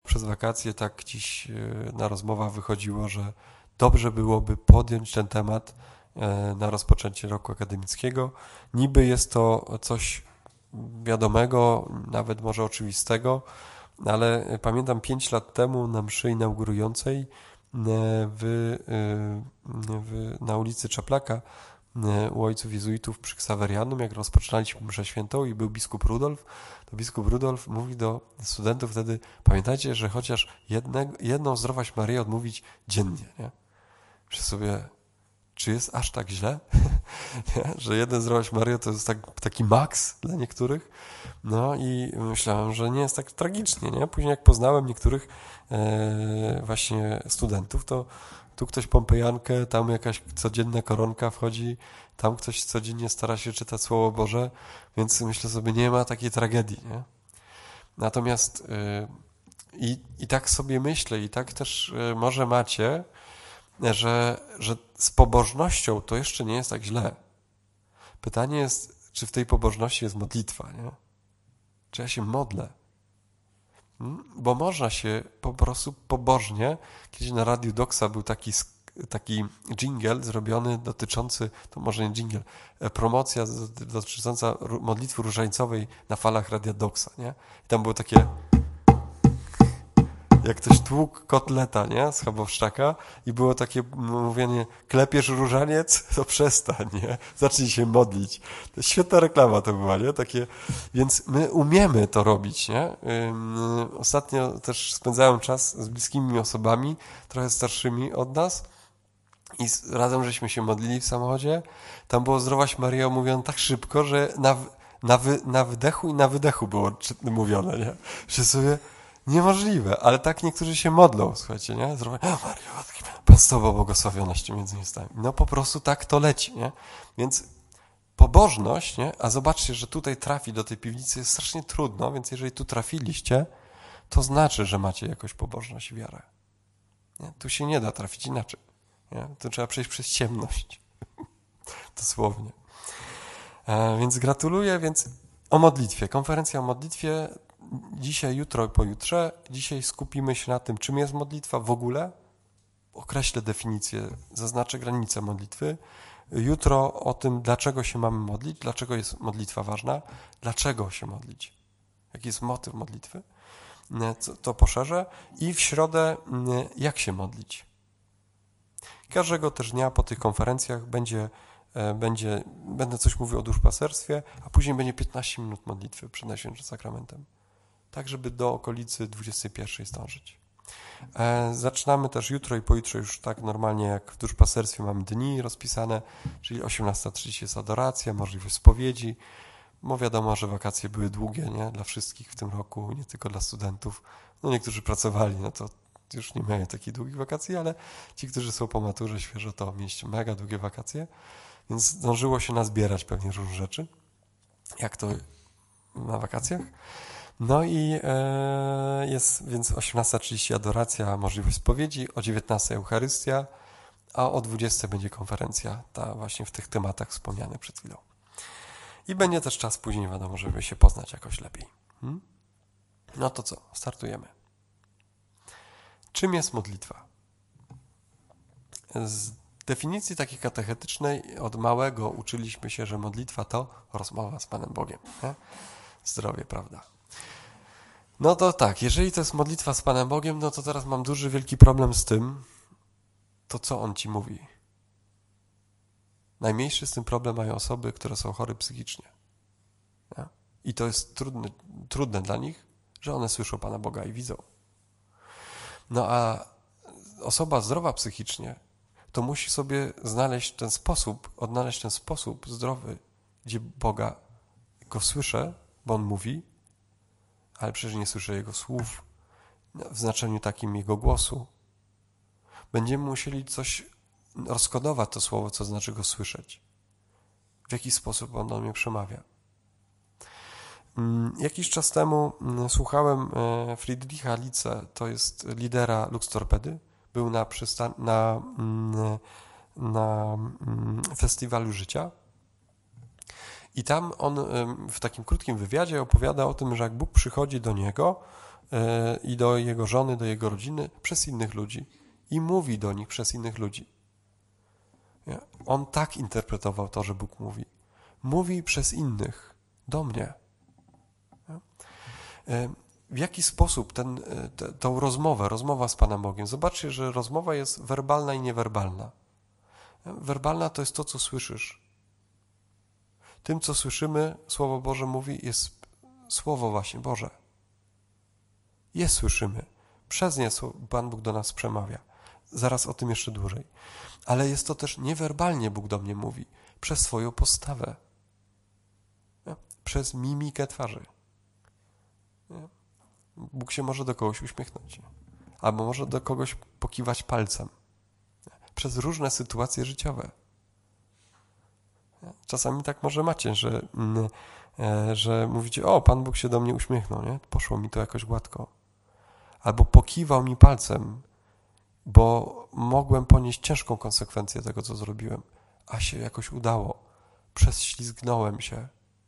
przez wakacje tak gdzieś na rozmowach wychodziło, że dobrze byłoby podjąć ten temat na rozpoczęcie roku akademickiego. Niby jest to coś wiadomego, nawet może oczywistego, ale pamiętam 5 lat temu na mszy inaugurującej na ulicy Czaplaka u ojców jezuitów przy Ksawerianum, jak rozpoczynaliśmy mszę świętą i był biskup Rudolf, to biskup Rudolf mówi do studentów wtedy: pamiętajcie, że chociaż jedną Zdrowaś Maryję odmówić dziennie, nie? Myślę sobie, czy jest aż tak źle? Że jeden Zdrowaś Maryjo to jest taki maks dla niektórych. No i myślałem, że nie jest tak tragicznie, nie? Później jak poznałem niektórych właśnie studentów, to tu ktoś pompejankę, tam jakaś codzienna koronka wchodzi, tam ktoś codziennie stara się czytać Słowo Boże, więc myślę sobie, nie ma takiej tragedii, nie? Natomiast i tak sobie myślę, i tak też może macie, że z pobożnością to jeszcze nie jest tak źle. Pytanie jest, czy w tej pobożności jest modlitwa, nie? Czy ja się modlę? Bo można się po prostu pobożnie, kiedyś na Radiu Doksa był taki dżingiel zrobiony dotyczący, to może nie dżingiel, promocja dotycząca modlitwy różańcowej na falach Radia Doksa, nie? I tam było takie, jak ktoś tłukł kotleta, nie? Z Chabowszczaka i było takie mówienie: klepiesz różaniec, to przestań, nie? Zacznij się modlić. To świetna reklama to była, nie? Takie, więc my umiemy to robić, nie? Ostatnio też spędzałem czas z bliskimi osobami, trochę starszymi od nas i razem żeśmy się modlili w samochodzie. Tam było Zdrowaś Maryjo mówione tak szybko, że na wdechu i na wydechu było mówione, nie? Że sobie niemożliwe, ale tak niektórzy się modlą, słuchajcie, nie? Maryjo, Pan z Tobą, błogosławionaś między niewiastami. No po prostu tak to leci, nie? Więc pobożność, nie? A zobaczcie, że tutaj trafi do tej piwnicy jest strasznie trudno, więc jeżeli tu trafiliście, to znaczy, że macie jakąś pobożność i wiarę. Nie? Tu się nie da trafić inaczej. Nie? Tu trzeba przejść przez ciemność. Dosłownie. Więc gratuluję, więc o modlitwie. Konferencja o modlitwie dzisiaj, jutro i pojutrze. Dzisiaj skupimy się na tym, czym jest modlitwa w ogóle. Określę definicję, zaznaczę granice modlitwy. Jutro o tym, dlaczego się mamy modlić, dlaczego jest modlitwa ważna, dlaczego się modlić, jaki jest motyw modlitwy, to poszerzę. I w środę, jak się modlić. Każdego też dnia po tych konferencjach będę coś mówił o duszpasterstwie, a później będzie 15 minut modlitwy przed Najświętszym Sakramentem. Tak, żeby do okolicy 21 zdążyć. Zaczynamy też jutro i pojutrze już tak normalnie jak w duszpasterstwie mamy dni rozpisane, czyli 18:30 jest adoracja, możliwość spowiedzi, bo wiadomo, że wakacje były długie, nie? Dla wszystkich w tym roku, nie tylko dla studentów. No niektórzy pracowali, no to już nie mają takich długich wakacji, ale ci, którzy są po maturze świeżo, to mieć mega długie wakacje, więc zdążyło się nazbierać pewnie różne rzeczy, jak to na wakacjach. No i jest więc 18:30 adoracja, możliwość spowiedzi, o 19:00 Eucharystia, a o 20:00 będzie konferencja, ta właśnie w tych tematach wspomniane przed chwilą. I będzie też czas później, wiadomo, żeby się poznać jakoś lepiej. No to co, startujemy. Czym jest modlitwa? Z definicji takiej katechetycznej od małego uczyliśmy się, że modlitwa to rozmowa z Panem Bogiem. Nie? Zdrowie, prawda? No to tak, jeżeli to jest modlitwa z Panem Bogiem, no to teraz mam duży, wielki problem z tym, to co On ci mówi. Najmniejszy z tym problem mają osoby, które są chore psychicznie. Nie? I to jest trudne dla nich, że one słyszą Pana Boga i widzą. No a osoba zdrowa psychicznie to musi sobie odnaleźć ten sposób zdrowy, gdzie Boga go słyszę, bo On mówi, ale przecież nie słyszę Jego słów w znaczeniu takim Jego głosu. Będziemy musieli coś rozkodować to słowo, co znaczy go słyszeć. W jaki sposób On do mnie przemawia. Jakiś czas temu słuchałem Friedricha Lice, to jest lidera Luxtorpedy, był na Festiwalu Życia i tam on w takim krótkim wywiadzie opowiada o tym, że jak Bóg przychodzi do niego i do jego żony, do jego rodziny przez innych ludzi i mówi do nich przez innych ludzi. Nie? On tak interpretował to, że Bóg mówi. Mówi przez innych, do mnie. Nie? W jaki sposób tą rozmowa z Panem Bogiem? Zobaczcie, że rozmowa jest werbalna i niewerbalna. Werbalna to jest to, co słyszysz. Tym, co słyszymy, Słowo Boże mówi, jest Słowo właśnie Boże. Je słyszymy. Przez nie Pan Bóg do nas przemawia. Zaraz o tym jeszcze dłużej. Ale jest to też niewerbalnie Bóg do mnie mówi. Przez swoją postawę. Nie? Przez mimikę twarzy. Nie? Bóg się może do kogoś uśmiechnąć. Nie? Albo może do kogoś pokiwać palcem. Nie? Przez różne sytuacje życiowe. Nie? Czasami tak może macie, że mówicie, o, Pan Bóg się do mnie uśmiechnął, nie? Poszło mi to jakoś gładko. Albo pokiwał mi palcem, bo mogłem ponieść ciężką konsekwencję tego, co zrobiłem, a się jakoś udało. Prześlizgnąłem się.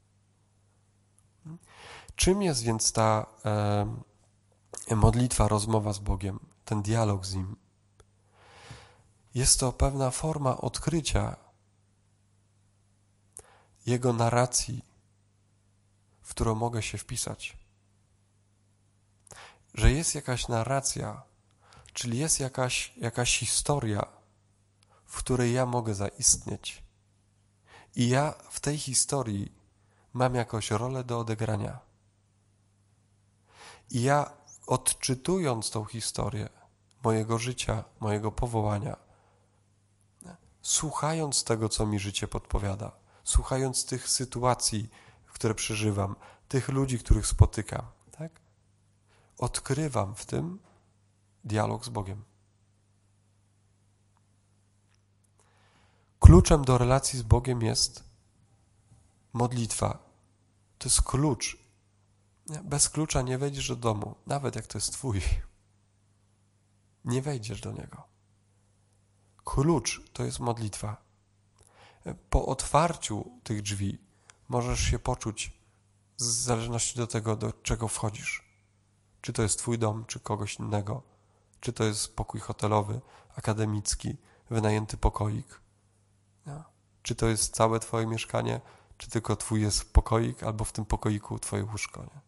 Czym jest więc ta modlitwa, rozmowa z Bogiem, ten dialog z Nim? Jest to pewna forma odkrycia Jego narracji, w którą mogę się wpisać. Że jest jakaś narracja, czyli jest jakaś historia, w której ja mogę zaistnieć. I ja w tej historii mam jakąś rolę do odegrania. I ja odczytując tą historię mojego życia, mojego powołania, słuchając tego, co mi życie podpowiada, słuchając tych sytuacji, które przeżywam, tych ludzi, których spotykam, tak? Odkrywam w tym dialog z Bogiem. Kluczem do relacji z Bogiem jest modlitwa. To jest klucz. Bez klucza nie wejdziesz do domu, nawet jak to jest twój. Nie wejdziesz do niego. Klucz to jest modlitwa. Po otwarciu tych drzwi możesz się poczuć w zależności do tego, do czego wchodzisz. Czy to jest twój dom, czy kogoś innego. Czy to jest pokój hotelowy, akademicki, wynajęty pokoik. No. Czy to jest całe twoje mieszkanie, czy tylko twój jest pokoik, albo w tym pokoiku twoje łóżko. Nie?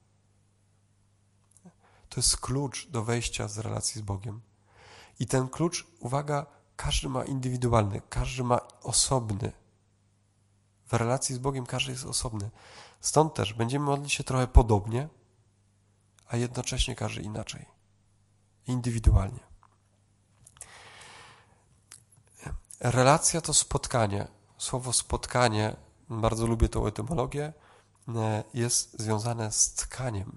To jest klucz do wejścia z relacji z Bogiem. I ten klucz, uwaga, każdy ma indywidualny, każdy ma osobny. W relacji z Bogiem każdy jest osobny. Stąd też będziemy modlić się trochę podobnie, a jednocześnie każdy inaczej. Indywidualnie. Relacja to spotkanie. Słowo spotkanie, bardzo lubię tą etymologię, jest związane z tkaniem.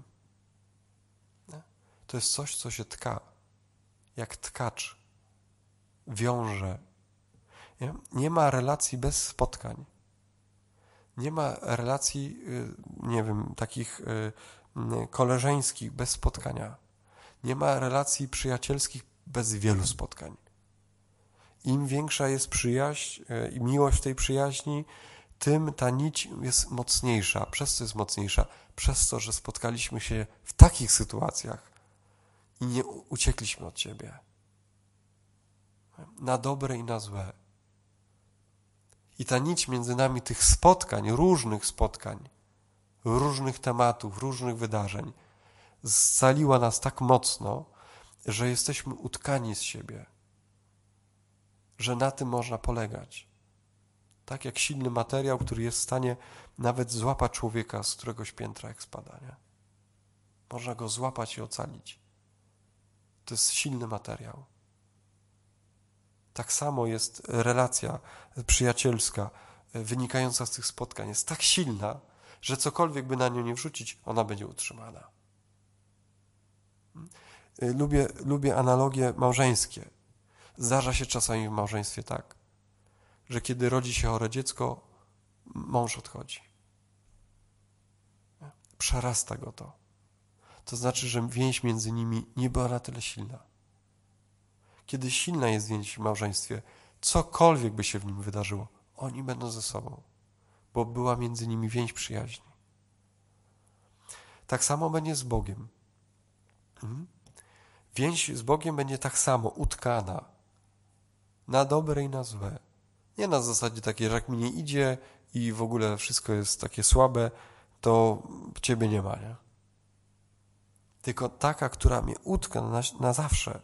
To jest coś, co się tka. Jak tkacz. Wiąże. Nie ma relacji bez spotkań. Nie ma relacji, nie wiem, takich koleżeńskich bez spotkania. Nie ma relacji przyjacielskich bez wielu spotkań. Im większa jest przyjaźń i miłość w tej przyjaźni, tym ta nić jest mocniejsza. Przez co jest mocniejsza? Przez to, że spotkaliśmy się w takich sytuacjach i nie uciekliśmy od siebie. Na dobre i na złe. I ta nić między nami tych spotkań, różnych tematów, różnych wydarzeń, scaliła nas tak mocno, że jesteśmy utkani z siebie. Że na tym można polegać. Tak jak silny materiał, który jest w stanie nawet złapać człowieka z któregoś piętra, jak spada. Nie? Można go złapać i ocalić. To jest silny materiał. Tak samo jest relacja przyjacielska, wynikająca z tych spotkań. Jest tak silna, że cokolwiek by na nią nie wrzucić, ona będzie utrzymana. Lubię analogie małżeńskie. Zdarza się czasami w małżeństwie tak, że kiedy rodzi się chore dziecko, mąż odchodzi. Przerasta go to. To znaczy, że więź między nimi nie była na tyle silna. Kiedy silna jest więź w małżeństwie, cokolwiek by się w nim wydarzyło, oni będą ze sobą, bo była między nimi więź przyjaźni. Tak samo będzie z Bogiem. Więź z Bogiem będzie tak samo utkana. Na dobre i na złe. Nie na zasadzie takiej, że jak mi nie idzie i w ogóle wszystko jest takie słabe, to Ciebie nie ma, nie? Tylko taka, która mnie utka na zawsze.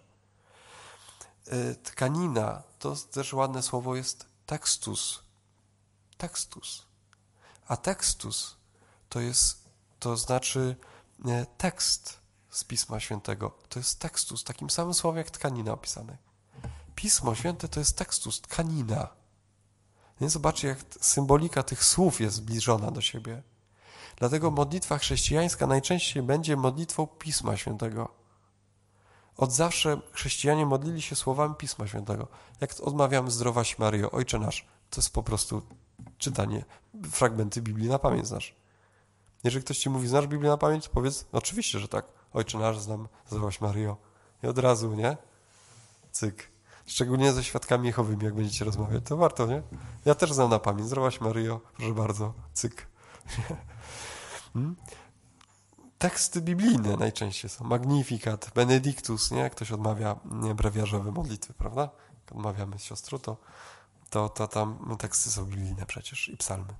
Tkanina, to też ładne słowo jest tekstus. Tekstus. A tekstus to znaczy tekst z Pisma Świętego. To jest tekstus, takim samym słowem jak tkanina opisane. Pismo Święte to jest tekstus, tkanina. Więc zobaczcie, jak symbolika tych słów jest zbliżona do siebie. Dlatego modlitwa chrześcijańska najczęściej będzie modlitwą Pisma Świętego. Od zawsze chrześcijanie modlili się słowami Pisma Świętego. Jak odmawiamy Zdrowaś Maryjo, Ojcze Nasz, to jest po prostu czytanie, fragmenty Biblii na pamięć znasz. Jeżeli ktoś ci mówi, znasz Biblię na pamięć, to powiedz, oczywiście, że tak. Ojcze Nasz znam, Zdrowaś Maryjo. I od razu, nie? Cyk. Szczególnie ze świadkami Jehowymi, jak będziecie rozmawiać, to warto, nie? Ja też znam na pamięć. Zdrowaś Maryjo, proszę bardzo, cyk. Teksty biblijne najczęściej są. Magnificat, Benedictus, nie? Jak ktoś odmawia brewiarzowe modlitwy, prawda? Jak odmawiamy z siostrą, to tam teksty są biblijne przecież i psalmy.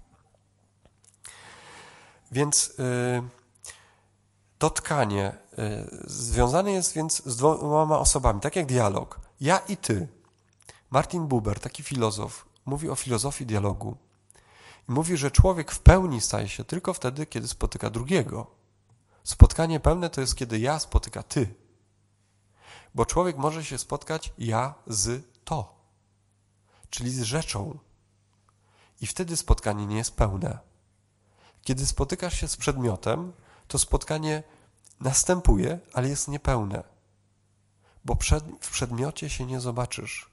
Więc to tkanie związane jest więc z dwoma osobami, tak jak dialog. Ja i ty. Martin Buber, taki filozof, mówi o filozofii dialogu. I mówi, że człowiek w pełni staje się tylko wtedy, kiedy spotyka drugiego. Spotkanie pełne to jest, kiedy ja spotyka ty. Bo człowiek może się spotkać ja z to, czyli z rzeczą. I wtedy spotkanie nie jest pełne. Kiedy spotykasz się z przedmiotem, to spotkanie następuje, ale jest niepełne. Bo w przedmiocie się nie zobaczysz.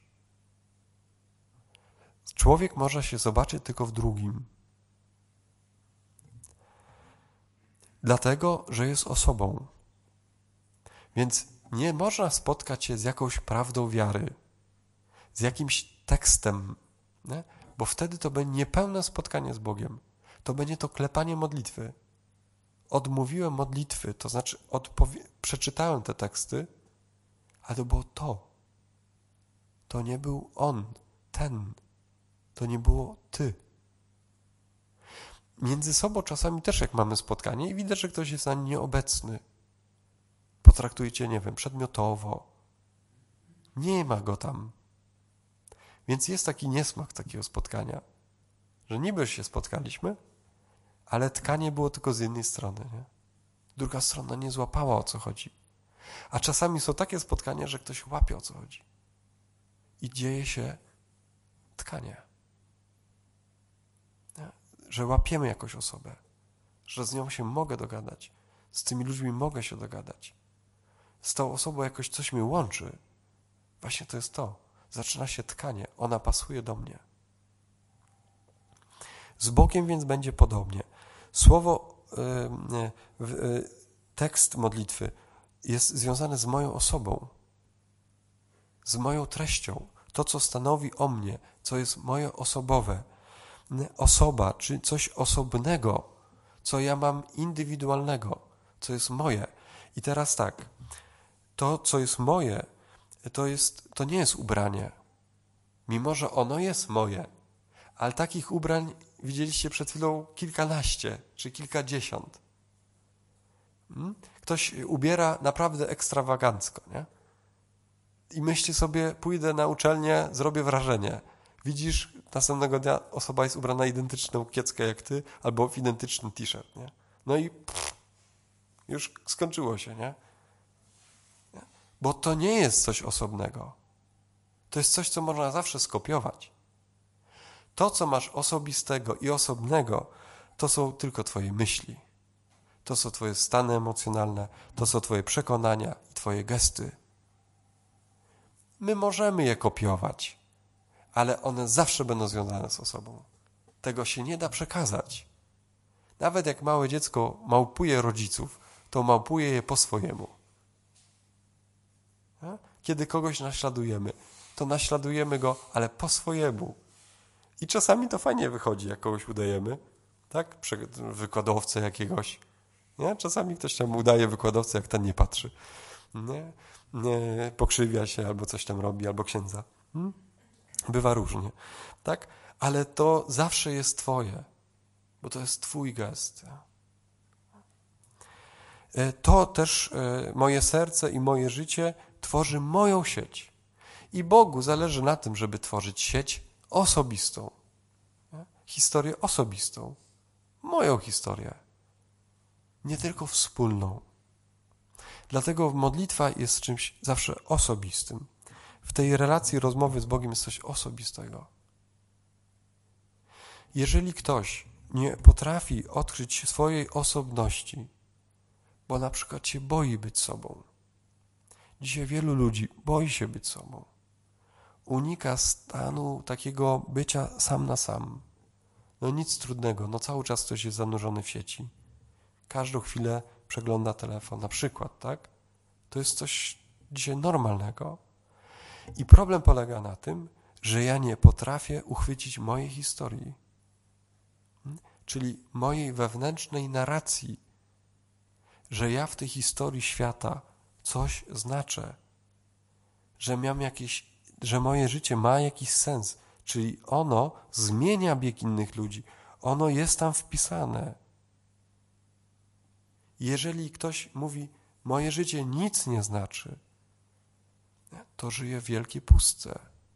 Człowiek może się zobaczyć tylko w drugim. Dlatego, że jest osobą. Więc nie można spotkać się z jakąś prawdą wiary, z jakimś tekstem, nie? Bo wtedy to będzie niepełne spotkanie z Bogiem. To będzie to klepanie modlitwy. Odmówiłem modlitwy, to znaczy przeczytałem te teksty, ale to było to. To nie był on, ten. To nie było ty. Między sobą czasami też jak mamy spotkanie i widać, że ktoś jest na nim nieobecny. Potraktujcie, nie wiem, przedmiotowo. Nie ma go tam. Więc jest taki niesmak takiego spotkania, że niby się spotkaliśmy, ale tkanie było tylko z jednej strony. Nie? Druga strona nie złapała, o co chodzi. A czasami są takie spotkania, że ktoś łapie, o co chodzi. I dzieje się tkanie. Nie? Że łapiemy jakąś osobę, że z nią się mogę dogadać, z tymi ludźmi mogę się dogadać. Z tą osobą jakoś coś mnie łączy. Właśnie to jest to. Zaczyna się tkanie. Ona pasuje do mnie. Z Bogiem więc będzie podobnie. Słowo, tekst modlitwy jest związany z moją osobą, z moją treścią. To, co stanowi o mnie, co jest moje osobowe. Osoba, czy coś osobnego, co ja mam indywidualnego, co jest moje. I teraz tak, to, co jest moje, to nie jest ubranie. Mimo, że ono jest moje. Ale takich ubrań widzieliście przed chwilą kilkanaście czy kilkadziesiąt. Ktoś ubiera naprawdę ekstrawagancko, nie? I myśli sobie, pójdę na uczelnię, zrobię wrażenie. Widzisz, następnego dnia osoba jest ubrana identyczną kieckę jak ty, albo w identyczny t-shirt, nie? No i już skończyło się, nie? Bo to nie jest coś osobnego. To jest coś, co można zawsze skopiować. To, co masz osobistego i osobnego, to są tylko twoje myśli. To są twoje stany emocjonalne, to są twoje przekonania i twoje gesty. My możemy je kopiować, ale one zawsze będą związane z osobą. Tego się nie da przekazać. Nawet jak małe dziecko małpuje rodziców, to małpuje je po swojemu. Kiedy kogoś naśladujemy, to naśladujemy go, ale po swojemu. I czasami to fajnie wychodzi, jak kogoś udajemy, tak? Wykładowcę jakiegoś. Nie? Czasami ktoś tam udaje wykładowcę, jak ten nie patrzy. nie pokrzywia się, albo coś tam robi, albo księdza. Bywa różnie, tak? Ale to zawsze jest twoje, bo to jest twój gest. To też moje serce i moje życie tworzy moją sieć. I Bogu zależy na tym, żeby tworzyć sieć osobistą. Historię osobistą. Moją historię. Nie tylko wspólną. Dlatego modlitwa jest czymś zawsze osobistym. W tej relacji rozmowy z Bogiem jest coś osobistego. Jeżeli ktoś nie potrafi odkryć swojej osobności, bo na przykład się boi być sobą. Dzisiaj wielu ludzi boi się być sobą. Unika stanu takiego bycia sam na sam. No nic trudnego, cały czas ktoś jest zanurzony w sieci. Każdą chwilę przegląda telefon, na przykład, tak? To jest coś dzisiaj normalnego. I problem polega na tym, że ja nie potrafię uchwycić mojej historii. Czyli mojej wewnętrznej narracji, że ja w tej historii świata coś znaczę, że moje życie ma jakiś sens, czyli ono zmienia bieg innych ludzi, ono jest tam wpisane. Jeżeli ktoś mówi, moje życie nic nie znaczy, to żyje w wielkiej pustce.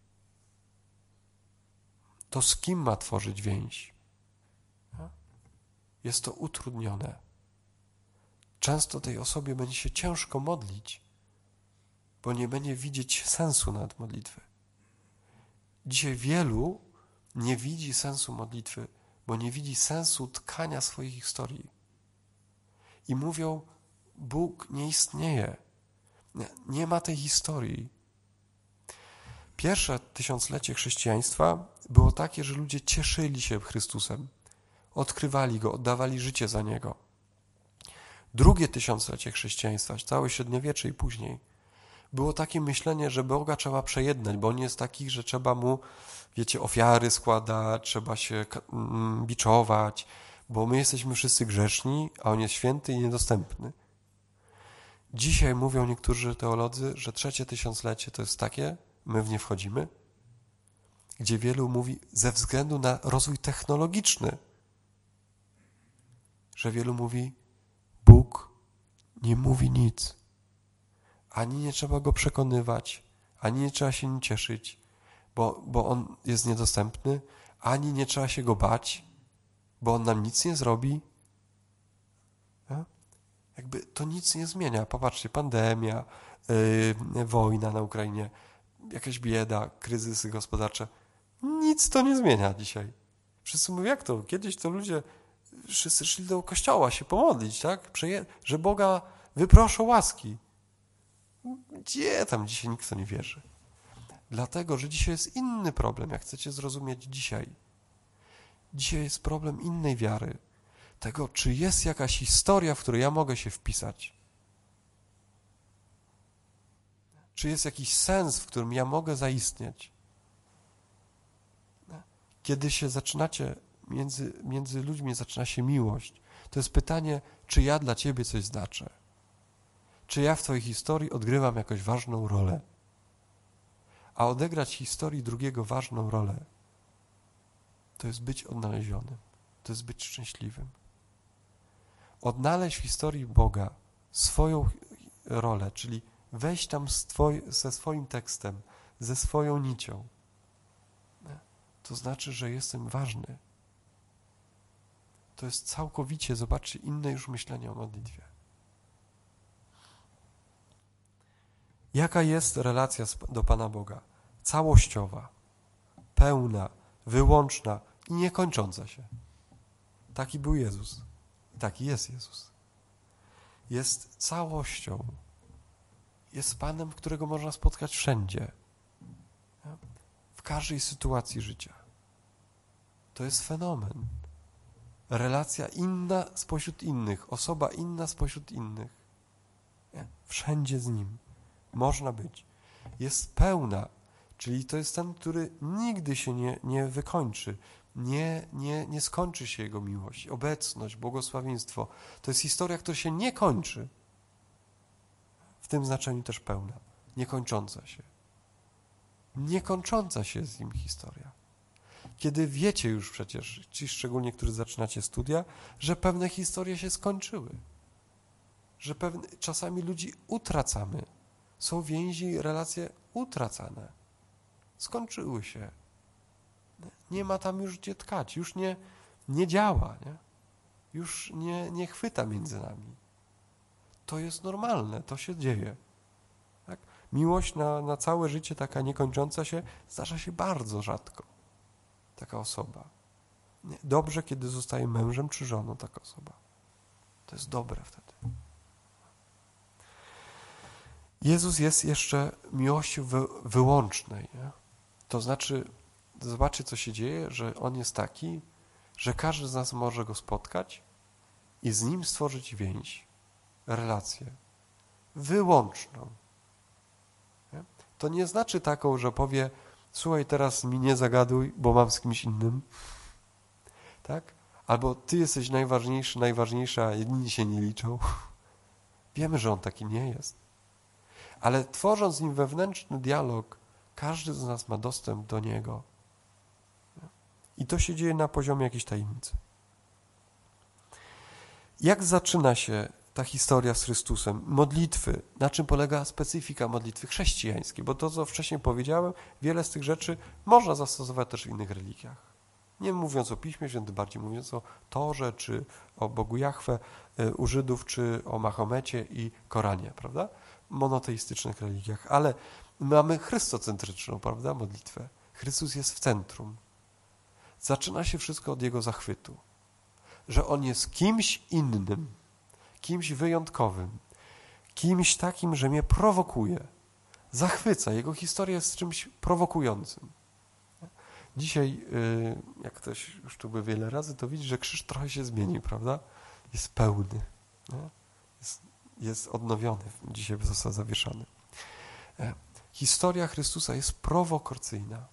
To z kim ma tworzyć więź? Jest to utrudnione. Często tej osobie będzie się ciężko modlić, bo nie będzie widzieć sensu nad modlitwy. Dzisiaj wielu nie widzi sensu modlitwy, bo nie widzi sensu tkania swojej historii. I mówią, Bóg nie istnieje. Nie ma tej historii. Pierwsze tysiąclecie chrześcijaństwa było takie, że ludzie cieszyli się Chrystusem. Odkrywali Go, oddawali życie za Niego. Drugie tysiąclecie chrześcijaństwa, całe średniowiecze i później, było takie myślenie, że Boga trzeba przejednać, bo On jest taki, że trzeba Mu, ofiary składać, trzeba się biczować, bo my jesteśmy wszyscy grzeszni, a On jest święty i niedostępny. Dzisiaj mówią niektórzy teolodzy, że trzecie tysiąclecie to jest takie, my w nie wchodzimy, gdzie wielu mówi ze względu na rozwój technologiczny, że wielu mówi, Bóg nie mówi nic. Ani nie trzeba Go przekonywać, ani nie trzeba się nim cieszyć, bo On jest niedostępny, ani nie trzeba się Go bać, bo On nam nic nie zrobi. Jakby to nic nie zmienia. Popatrzcie, pandemia, wojna na Ukrainie, jakaś bieda, kryzysy gospodarcze. Nic to nie zmienia dzisiaj. Wszyscy mówią, jak to? Kiedyś to ludzie wszyscy szli do kościoła się pomodlić, tak? Że Boga wyproszą łaski. Gdzie tam dzisiaj nikt w to nie wierzy? Dlatego, że dzisiaj jest inny problem, jak chcecie zrozumieć dzisiaj. Dzisiaj jest problem innej wiary. Tego, czy jest jakaś historia, w której ja mogę się wpisać. Czy jest jakiś sens, w którym ja mogę zaistnieć. Kiedy się zaczynacie, między ludźmi zaczyna się miłość, to jest pytanie, czy ja dla Ciebie coś znaczę. Czy ja w Twojej historii odgrywam jakąś ważną rolę. A odegrać w historii drugiego ważną rolę, to jest być odnalezionym, to jest być szczęśliwym. Odnaleźć w historii Boga swoją rolę, czyli wejść tam ze swoim tekstem, ze swoją nicią. To znaczy, że jestem ważny. To jest całkowicie, zobaczcie, inne już myślenie o modlitwie. Jaka jest relacja do Pana Boga? Całościowa, pełna, wyłączna i niekończąca się. Taki był Jezus. Taki jest Jezus. Jest całością. Jest Panem, którego można spotkać wszędzie. W każdej sytuacji życia. To jest fenomen. Relacja inna spośród innych. Osoba inna spośród innych. Wszędzie z Nim. Można być. Jest pełna. Czyli to jest ten, który nigdy się nie wykończy. Nie skończy się Jego miłość, obecność, błogosławieństwo. To jest historia, która się nie kończy. w tym znaczeniu też pełna, niekończąca się. Niekończąca się z nim historia. Kiedy wiecie już przecież, ci szczególnie, którzy zaczynacie studia, że pewne historie się skończyły. Że czasami ludzi utracamy. Są więzi, relacje utracane. Skończyły się. Nie ma tam już gdzie tkać. Już nie działa. Nie? Już nie chwyta między nami. To jest normalne. To się dzieje. Tak? Miłość na całe życie, taka niekończąca się, zdarza się bardzo rzadko. Taka osoba. Dobrze, kiedy zostaje mężem czy żoną taka osoba. To jest dobre wtedy. Jezus jest jeszcze miłością wyłącznej. Nie? To znaczy, zobaczcie, co się dzieje, że On jest taki, że każdy z nas może Go spotkać i z Nim stworzyć więź, relację wyłączną. Nie? To nie znaczy taką, że powie, słuchaj, teraz mi nie zagaduj, bo mam z kimś innym. Tak? Albo ty jesteś najważniejszy, najważniejsza, a inni się nie liczą. Wiemy, że On taki nie jest. Ale tworząc z Nim wewnętrzny dialog, każdy z nas ma dostęp do Niego. I to się dzieje na poziomie jakiejś tajemnicy. Jak zaczyna się ta historia z Chrystusem? Modlitwy. Na czym polega specyfika modlitwy chrześcijańskiej? Bo to, co wcześniej powiedziałem, wiele z tych rzeczy można zastosować też w innych religiach. Nie mówiąc o Piśmie Świętym, bardziej mówiąc o Torze, czy o Bogu Jahwe u Żydów, czy o Mahomecie i Koranie, prawda? Monoteistycznych religiach. Ale mamy chrystocentryczną, prawda, modlitwę. Chrystus jest w centrum. Zaczyna się wszystko od Jego zachwytu. Że On jest kimś innym, kimś wyjątkowym, kimś takim, że mnie prowokuje, zachwyca. Jego historia jest czymś prowokującym. Dzisiaj, jak ktoś już tu był wiele razy, to widzi, że krzyż trochę się zmienił, prawda? Jest pełny, nie? Jest odnowiony, dzisiaj został zawieszany. Historia Chrystusa jest prowokacyjna.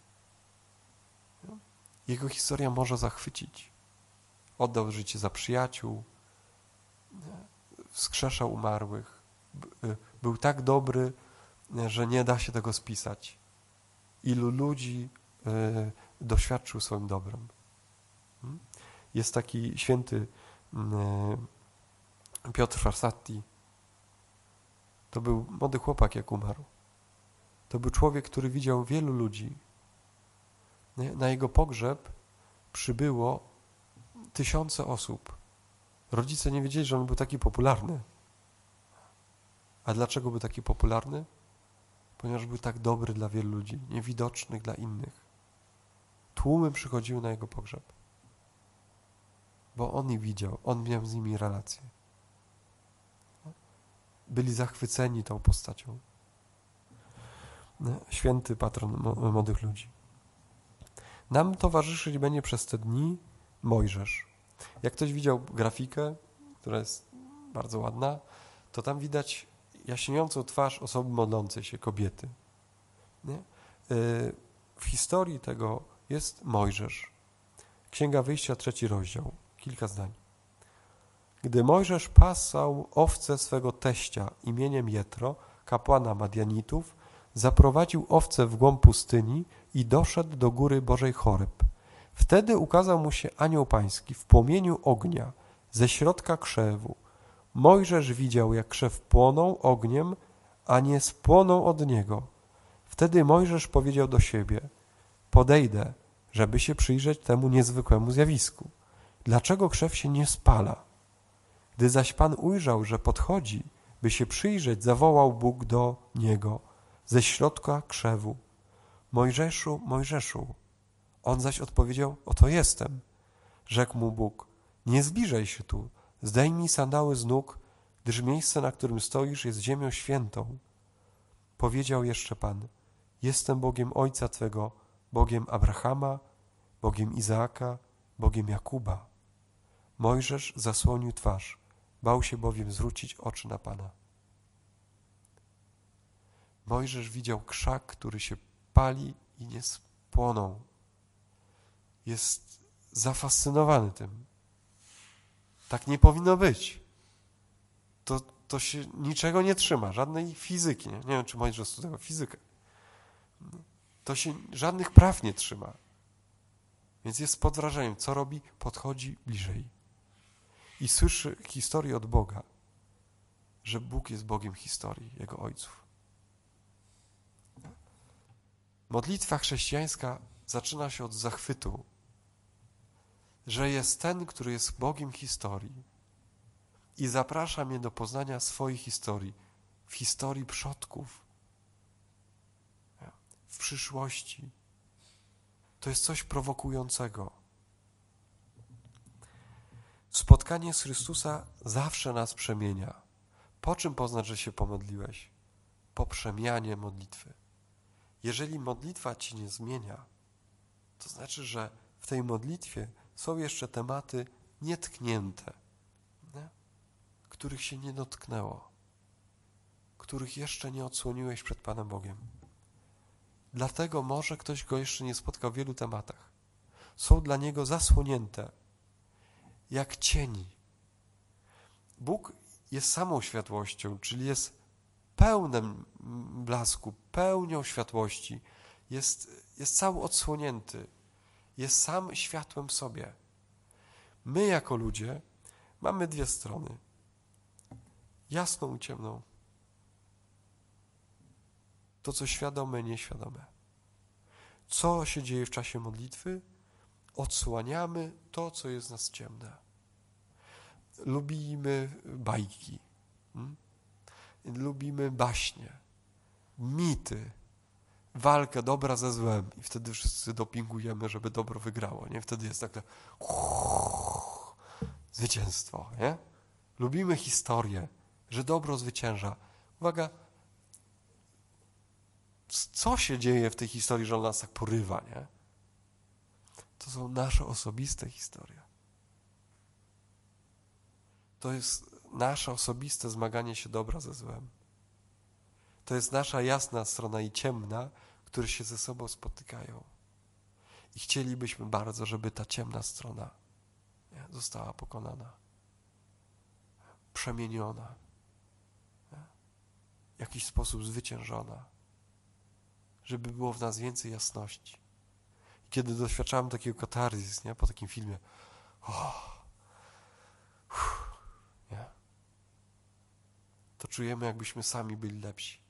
Jego historia może zachwycić. Oddał życie za przyjaciół, wskrzeszał umarłych. Był tak dobry, że nie da się tego spisać. Ilu ludzi doświadczył swoim dobrem. Jest taki święty Piotr Farsatti. To był młody chłopak, jak umarł. To był człowiek, który widział wielu ludzi. Na jego pogrzeb przybyło 1000 osób. Rodzice nie wiedzieli, że on był taki popularny. A dlaczego był taki popularny? Ponieważ był tak dobry dla wielu ludzi, niewidocznych dla innych. Tłumy przychodziły na jego pogrzeb. Bo on ich widział, on miał z nimi relacje. Byli zachwyceni tą postacią. Święty patron młodych ludzi. Nam towarzyszyć będzie przez te dni Mojżesz. Jak ktoś widział grafikę, która jest bardzo ładna, to tam widać jaśniejącą twarz osoby modlącej się, kobiety. Nie? W historii tego jest Mojżesz. Księga Wyjścia, 3 rozdział. Kilka zdań. Gdy Mojżesz pasał owce swego teścia imieniem Jetro, kapłana Madianitów, zaprowadził owce w głąb pustyni i doszedł do góry Bożej Choreb. Wtedy ukazał mu się anioł pański w płomieniu ognia ze środka krzewu. Mojżesz widział, jak krzew płonął ogniem, a nie spłonął od niego. Wtedy Mojżesz powiedział do siebie: podejdę, żeby się przyjrzeć temu niezwykłemu zjawisku. Dlaczego krzew się nie spala? Gdy zaś Pan ujrzał, że podchodzi, by się przyjrzeć, zawołał Bóg do niego ze środka krzewu: Mojżeszu, Mojżeszu. On zaś odpowiedział: oto jestem. Rzekł mu Bóg: nie zbliżaj się tu, zdejmij sandały z nóg, gdyż miejsce, na którym stoisz, jest ziemią świętą. Powiedział jeszcze Pan: jestem Bogiem ojca twego, Bogiem Abrahama, Bogiem Izaaka, Bogiem Jakuba. Mojżesz zasłonił twarz, bał się bowiem zwrócić oczy na Pana. Mojżesz widział krzak, który się pali i nie spłonął. Jest zafascynowany tym. Tak nie powinno być. to się niczego nie trzyma, żadnej fizyki. Nie wiem, czy Mojżesz studiował fizykę. To się żadnych praw nie trzyma. Więc jest pod wrażeniem. Co robi? Podchodzi bliżej. I słyszy historię od Boga, że Bóg jest Bogiem historii Jego ojców. Modlitwa chrześcijańska zaczyna się od zachwytu, że jest ten, który jest Bogiem historii i zaprasza mnie do poznania swojej historii, w historii przodków, w przyszłości. To jest coś prowokującego. Spotkanie z Chrystusa zawsze nas przemienia. Po czym poznać, że się pomodliłeś? Po przemianie modlitwy. Jeżeli modlitwa ci nie zmienia, to znaczy, że w tej modlitwie są jeszcze tematy nietknięte, nie? Których się nie dotknęło, których jeszcze nie odsłoniłeś przed Panem Bogiem. Dlatego może ktoś go jeszcze nie spotkał w wielu tematach. Są dla niego zasłonięte, jak cień. Bóg jest samą światłością, czyli jest pełnym blasku, pełnią światłości. Jest cały odsłonięty. Jest sam światłem w sobie. My jako ludzie mamy dwie strony. Jasną i ciemną. To, co świadome, nieświadome. Co się dzieje w czasie modlitwy? Odsłaniamy to, co jest nas ciemne. Lubimy bajki. Lubimy baśnie. Mity. Walkę dobra ze złem. I wtedy wszyscy dopingujemy, żeby dobro wygrało. Nie? Wtedy jest takie zwycięstwo. Nie? Lubimy historię, że dobro zwycięża. Uwaga, co się dzieje w tej historii, że on nas tak porywa, nie? To są nasze osobiste historie. To jest nasze osobiste zmaganie się dobra ze złem. To jest nasza jasna strona i ciemna, które się ze sobą spotykają. I chcielibyśmy bardzo, żeby ta ciemna strona została pokonana, przemieniona, w jakiś sposób zwyciężona, żeby było w nas więcej jasności. I kiedy doświadczałem takiego katarzis, nie, po takim filmie, nie, to czujemy, jakbyśmy sami byli lepsi.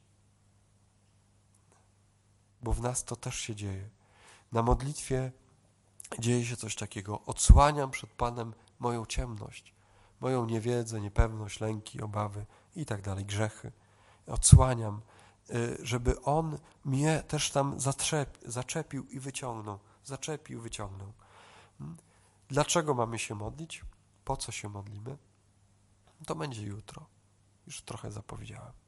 Bo w nas to też się dzieje. Na modlitwie dzieje się coś takiego. Odsłaniam przed Panem moją ciemność, moją niewiedzę, niepewność, lęki, obawy i tak dalej, grzechy. Odsłaniam, żeby On mnie też tam zaczepił i wyciągnął. Zaczepił, wyciągnął. Dlaczego mamy się modlić? Po co się modlimy? To będzie jutro. Już trochę zapowiedziałem.